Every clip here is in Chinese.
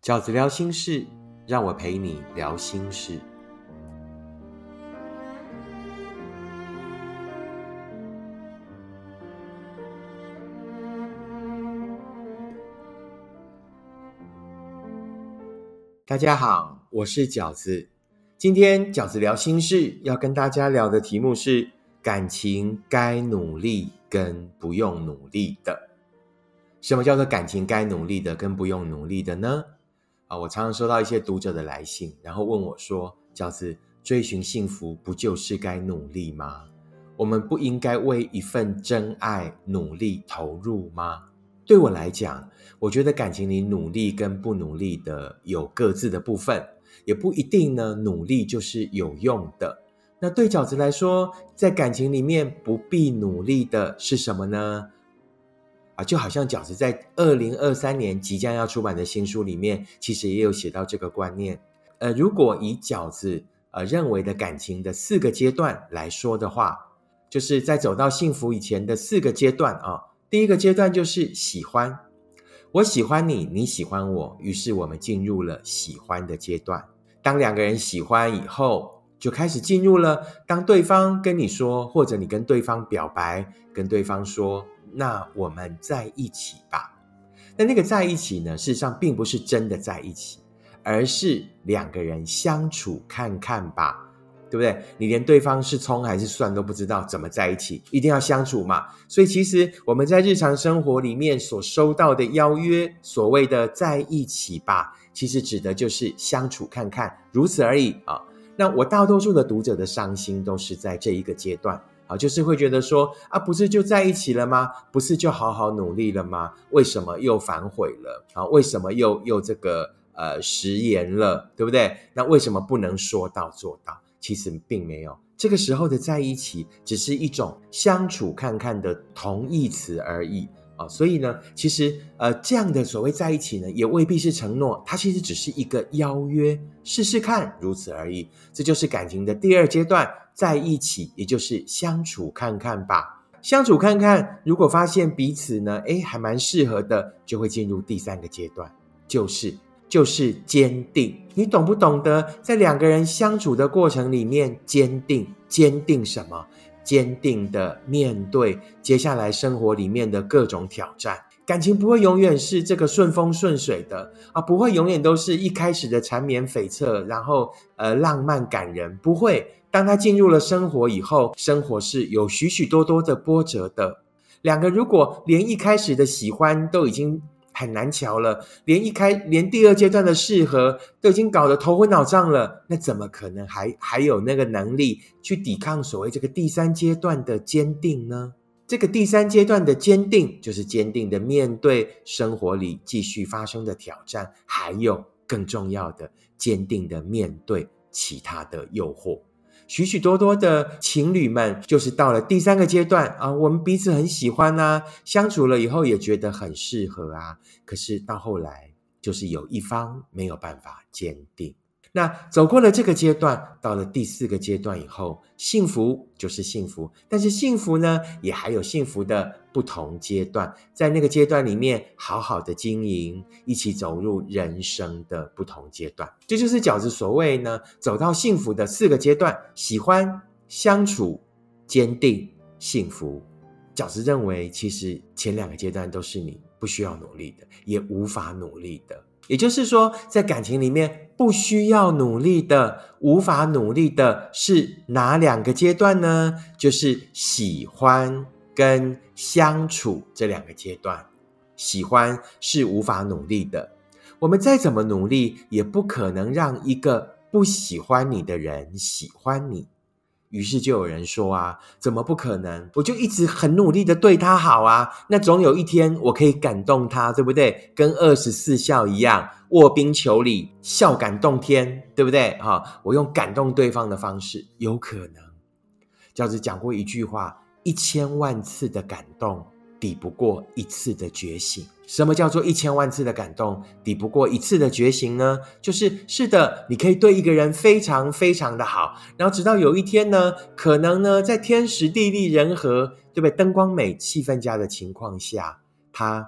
饺子聊心事，让我陪你聊心事。大家好，我是饺子。今天饺子聊心事要跟大家聊的题目是感情该努力跟不用努力的。什么叫做感情该努力的跟不用努力的呢？我常常收到一些读者的来信，然后问我说，饺子，追寻幸福不就是该努力吗？我们不应该为一份真爱努力投入吗？对我来讲，我觉得感情里努力跟不努力的有各自的部分，也不一定呢努力就是有用的。那对饺子来说，在感情里面不必努力的是什么呢？就好像饺子在2023年即将要出版的新书里面，其实也有写到这个观念。如果以饺子认为的感情的4个阶段来说的话，就是在走到幸福以前的4个阶段啊。第一个阶段就是喜欢，我喜欢你，你喜欢我，于是我们进入了喜欢的阶段。当2个人喜欢以后，就开始进入了当对方跟你说，或者你跟对方表白，跟对方说，那我们在一起吧。那个在一起呢，事实上并不是真的在一起，而是2个人相处看看吧，对不对？你连对方是葱还是蒜都不知道，怎么在一起？一定要相处嘛。所以其实我们在日常生活里面所收到的邀约，所谓的在一起吧，其实指的就是相处看看，如此而已啊。那我大多数的读者的伤心都是在这一个阶段，就是会觉得说不是就在一起了吗？不是就好好努力了吗？为什么又反悔了？为什么又这个食言了，对不对？那为什么不能说到做到？其实并没有，这个时候的在一起只是一种相处看看的同义词而已。所以呢，其实这样的所谓在一起呢，也未必是承诺，它其实只是一个邀约，试试看，如此而已。这就是感情的第2阶段，在一起，也就是相处看看吧。相处看看，如果发现彼此呢，还蛮适合的，就会进入第3个阶段，就是坚定。你懂不懂得在2个人相处的过程里面坚定什么？坚定的面对接下来生活里面的各种挑战。感情不会永远是这个顺风顺水的不会永远都是一开始的缠绵悱恻，然后浪漫感人，不会。当他进入了生活以后，生活是有许许多多的波折的。2个如果连一开始的喜欢都已经很难瞧了，连第2阶段的适合都已经搞得头昏脑胀了，那怎么可能还有那个能力去抵抗所谓这个第3阶段的坚定呢？这个第3阶段的坚定，就是坚定的面对生活里继续发生的挑战，还有更重要的，坚定的面对其他的诱惑。许许多多的情侣们就是到了第3个阶段我们彼此很喜欢相处了以后也觉得很适合可是到后来就是有一方没有办法坚定。那走过了这个阶段，到了第4个阶段以后，幸福就是幸福，但是幸福呢，也还有幸福的不同阶段，在那个阶段里面好好的经营，一起走入人生的不同阶段。这就是饺子所谓呢，走到幸福的4个阶段：喜欢、相处、坚定、幸福。饺子认为其实前2个阶段都是你不需要努力的，也无法努力的。也就是说，在感情里面不需要努力的，无法努力的是哪2个阶段呢？就是喜欢跟相处这2个阶段。喜欢是无法努力的，我们再怎么努力也不可能让一个不喜欢你的人喜欢你。于是就有人说怎么不可能？我就一直很努力的对他好那总有一天我可以感动他，对不对？跟24孝一样，卧冰求鲤，孝感动天，对不对？我用感动对方的方式，有可能。饺子讲过一句话，1000万次的感动抵不过1次的觉醒。什么叫做1000万次的感动抵不过1次的觉醒呢？是的，你可以对一个人非常非常的好，然后直到有一天呢，可能呢在天时地利人和，对不对？灯光美气氛佳的情况下，他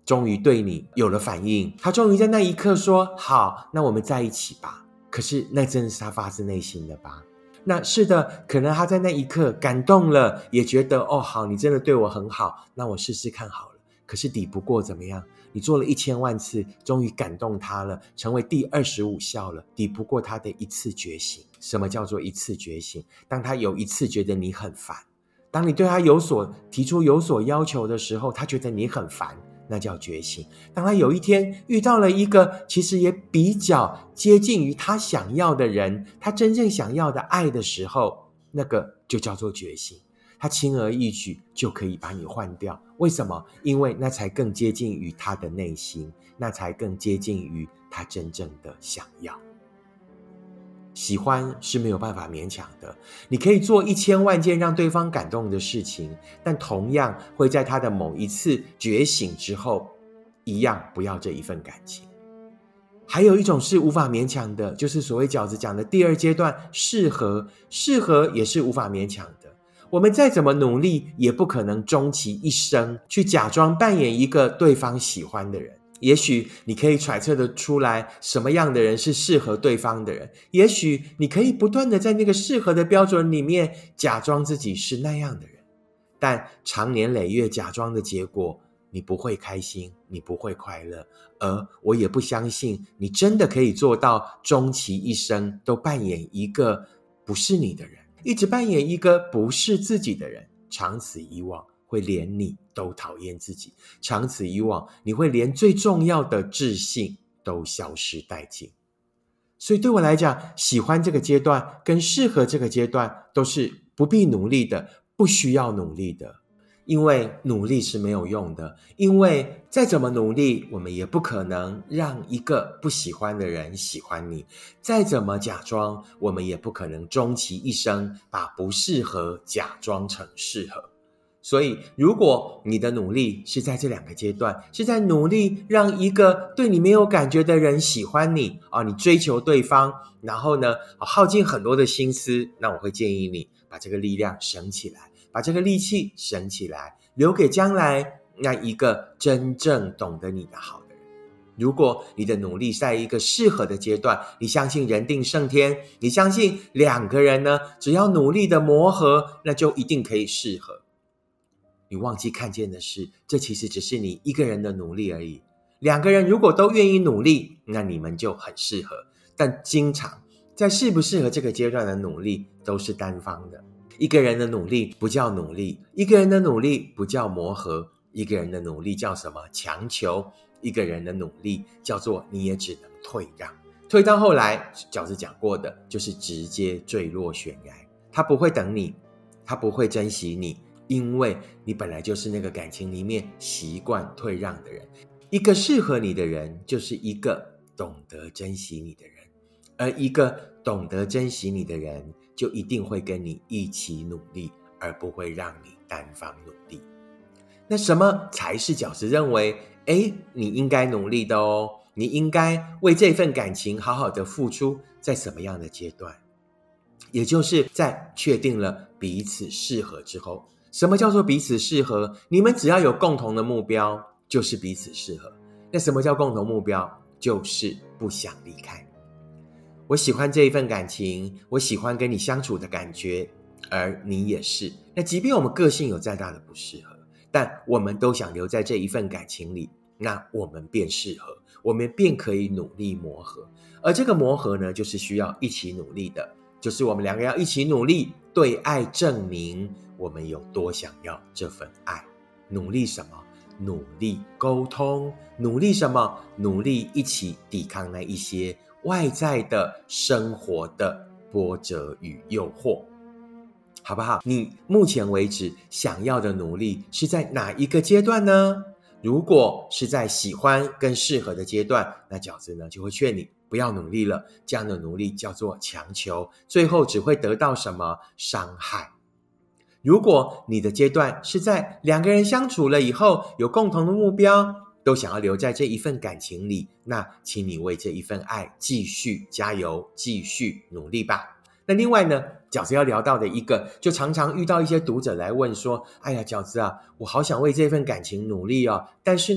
终于对你有了反应，他终于在那一刻说好，那我们在一起吧。可是那真的是他发自内心的吧？那是的，可能他在那一刻感动了，也觉得哦好，你真的对我很好，那我试试看好了。可是抵不过怎么样？你做了1000万次，终于感动他了，成为第25孝了，抵不过他的一次觉醒。什么叫做一次觉醒？当他有一次觉得你很烦，当你对他提出有所要求的时候，他觉得你很烦，那叫觉醒。当他有一天遇到了一个其实也比较接近于他想要的人，他真正想要的爱的时候，那个就叫做觉醒。他轻而易举就可以把你换掉。为什么？因为那才更接近于他的内心，那才更接近于他真正的想要。喜欢是没有办法勉强的，你可以做1000万件让对方感动的事情，但同样会在他的某一次觉醒之后，一样不要这一份感情。还有一种是无法勉强的，就是所谓饺子讲的第2阶段，适合也是无法勉强的。我们再怎么努力，也不可能终其一生去假装扮演一个对方喜欢的人。也许你可以揣测得出来什么样的人是适合对方的人，也许你可以不断的在那个适合的标准里面假装自己是那样的人，但长年累月假装的结果，你不会开心，你不会快乐，而我也不相信你真的可以做到终其一生都扮演一个不是你的人，一直扮演一个不是自己的人，长此以往会连你都讨厌自己，长此以往你会连最重要的自信都消失殆尽。所以对我来讲，喜欢这个阶段跟适合这个阶段都是不必努力的，不需要努力的。因为努力是没有用的，因为再怎么努力，我们也不可能让一个不喜欢的人喜欢你，再怎么假装，我们也不可能终其一生把不适合假装成适合。所以如果你的努力是在这2个阶段，是在努力让一个对你没有感觉的人喜欢你你追求对方，然后呢耗尽很多的心思，那我会建议你把这个力量省起来，把这个力气省起来，留给将来那一个真正懂得你的好的人。如果你的努力在一个适合的阶段，你相信人定胜天，你相信2个人呢，只要努力的磨合，那就一定可以适合。你忘记看见的是，这其实只是你一个人的努力而已。2个人如果都愿意努力，那你们就很适合。但经常在适不适合这个阶段的努力都是单方的。一个人的努力不叫努力，一个人的努力不叫磨合，一个人的努力叫什么？强求。一个人的努力叫做你也只能退让。退到后来，饺子讲过的就是直接坠落悬崖。他不会等你，他不会珍惜你，因为你本来就是那个感情里面习惯退让的人。一个适合你的人，就是一个懂得珍惜你的人，而一个懂得珍惜你的人，就一定会跟你一起努力，而不会让你单方努力。那什么才是饺子认为你应该努力的哦，你应该为这份感情好好的付出，在什么样的阶段？也就是在确定了彼此适合之后。什么叫做彼此适合？你们只要有共同的目标，就是彼此适合。那什么叫共同目标？就是不想离开。我喜欢这一份感情，我喜欢跟你相处的感觉，而你也是。那即便我们个性有再大的不适合，但我们都想留在这一份感情里，那我们便适合，我们便可以努力磨合。而这个磨合呢，就是需要一起努力的，就是我们2个要一起努力，对爱证明我们有多想要这份爱。努力什么？努力沟通。努力什么？努力一起抵抗那一些外在的生活的波折与诱惑，好不好？你目前为止想要的努力是在哪一个阶段呢？如果是在喜欢跟适合的阶段，那饺子呢就会劝你不要努力了，这样的努力叫做强求，最后只会得到什么？伤害。如果你的阶段是在2个人相处了以后，有共同的目标，都想要留在这一份感情里，那请你为这一份爱继续加油，继续努力吧。那另外呢，饺子要聊到的一个，就常常遇到一些读者来问说，哎呀，饺子啊，我好想为这份感情努力哦，但是呢，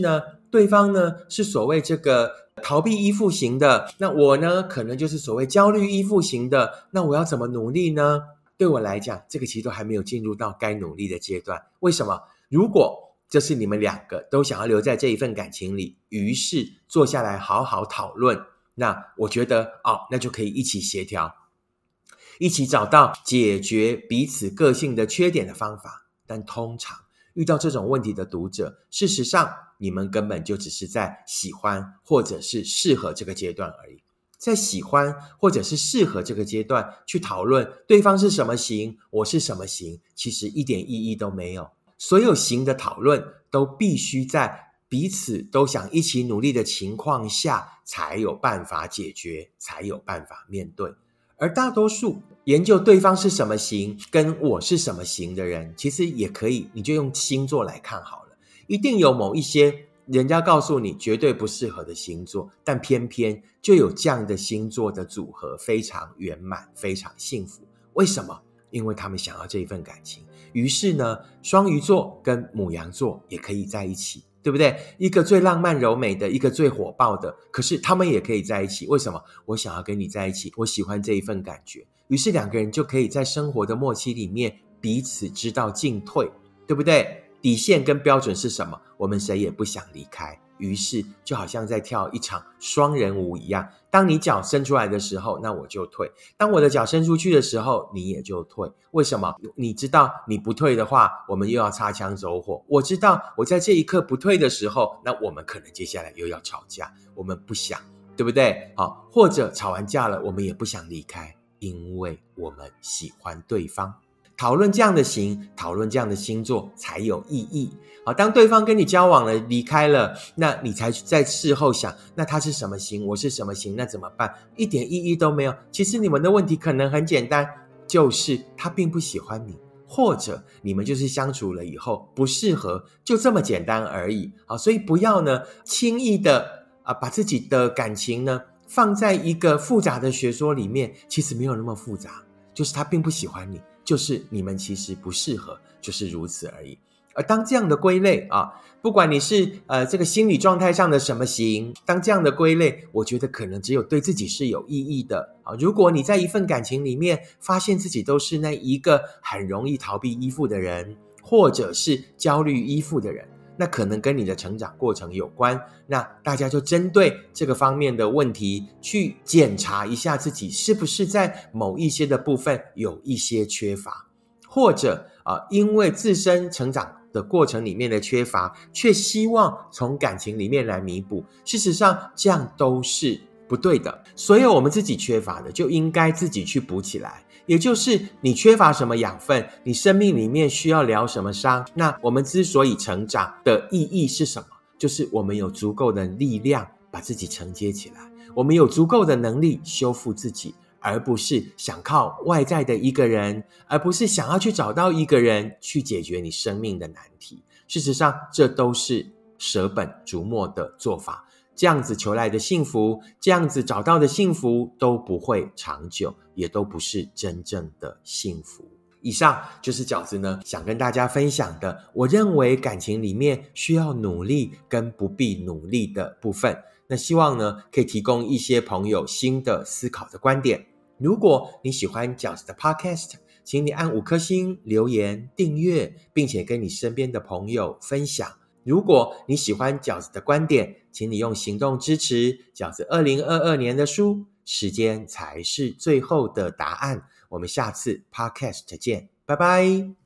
对方呢是所谓这个逃避依附型的，那我呢可能就是所谓焦虑依附型的，那我要怎么努力呢？对我来讲，这个其实都还没有进入到该努力的阶段。为什么？如果这是你们两个都想要留在这一份感情里，于是坐下来好好讨论，那我觉得那就可以一起协调，一起找到解决彼此个性的缺点的方法。但通常遇到这种问题的读者，事实上你们根本就只是在喜欢或者是适合这个阶段而已。在喜欢或者是适合这个阶段去讨论对方是什么型，我是什么型，其实一点意义都没有。所有型的讨论都必须在彼此都想一起努力的情况下才有办法解决，才有办法面对。而大多数研究对方是什么型跟我是什么型的人，其实也可以，你就用星座来看好了。一定有某一些人家告诉你绝对不适合的星座，但偏偏就有这样的星座的组合非常圆满，非常幸福。为什么？因为他们想要这一份感情。于是呢，双鱼座跟牡羊座也可以在一起，对不对？一个最浪漫柔美的，一个最火爆的，可是他们也可以在一起。为什么？我想要跟你在一起，我喜欢这一份感觉。于是两个人就可以在生活的默契里面彼此知道进退，对不对？底线跟标准是什么？我们谁也不想离开。于是就好像在跳一场双人舞一样，当你脚伸出来的时候，那我就退，当我的脚伸出去的时候，你也就退。为什么？你知道你不退的话，我们又要擦枪走火。我知道我在这一刻不退的时候，那我们可能接下来又要吵架，我们不想，对不对？或者吵完架了，我们也不想离开，因为我们喜欢对方。讨论这样的型，讨论这样的星座才有意义。当对方跟你交往了，离开了，那你才在事后想，那他是什么型，我是什么型，那怎么办？一点意义都没有。其实你们的问题可能很简单，就是他并不喜欢你，或者你们就是相处了以后不适合，就这么简单而已。所以不要呢轻易的把自己的感情呢放在一个复杂的学说里面，其实没有那么复杂，就是他并不喜欢你，就是你们其实不适合，就是如此而已。而当这样的归类不管你是这个心理状态上的什么型，当这样的归类，我觉得可能只有对自己是有意义的。如果你在一份感情里面发现自己都是那一个很容易逃避依附的人，或者是焦虑依附的人，那可能跟你的成长过程有关。那大家就针对这个方面的问题去检查一下自己是不是在某一些的部分有一些缺乏，或者因为自身成长的过程里面的缺乏，却希望从感情里面来弥补。事实上这样都是不对的，所有我们自己缺乏的就应该自己去补起来。也就是你缺乏什么养分，你生命里面需要疗什么伤，那我们之所以成长的意义是什么？就是我们有足够的力量把自己承接起来，我们有足够的能力修复自己，而不是想靠外在的一个人，而不是想要去找到一个人去解决你生命的难题。事实上这都是舍本逐末的做法，这样子求来的幸福，这样子找到的幸福都不会长久，也都不是真正的幸福。以上就是饺子呢想跟大家分享的，我认为感情里面需要努力跟不必努力的部分。那希望呢可以提供一些朋友新的思考的观点。如果你喜欢饺子的 podcast， 请你按5颗星留言订阅，并且跟你身边的朋友分享。如果你喜欢饺子的观点，请你用行动支持饺子2022年的书，时间才是最后的答案。我们下次 podcast 见，拜拜。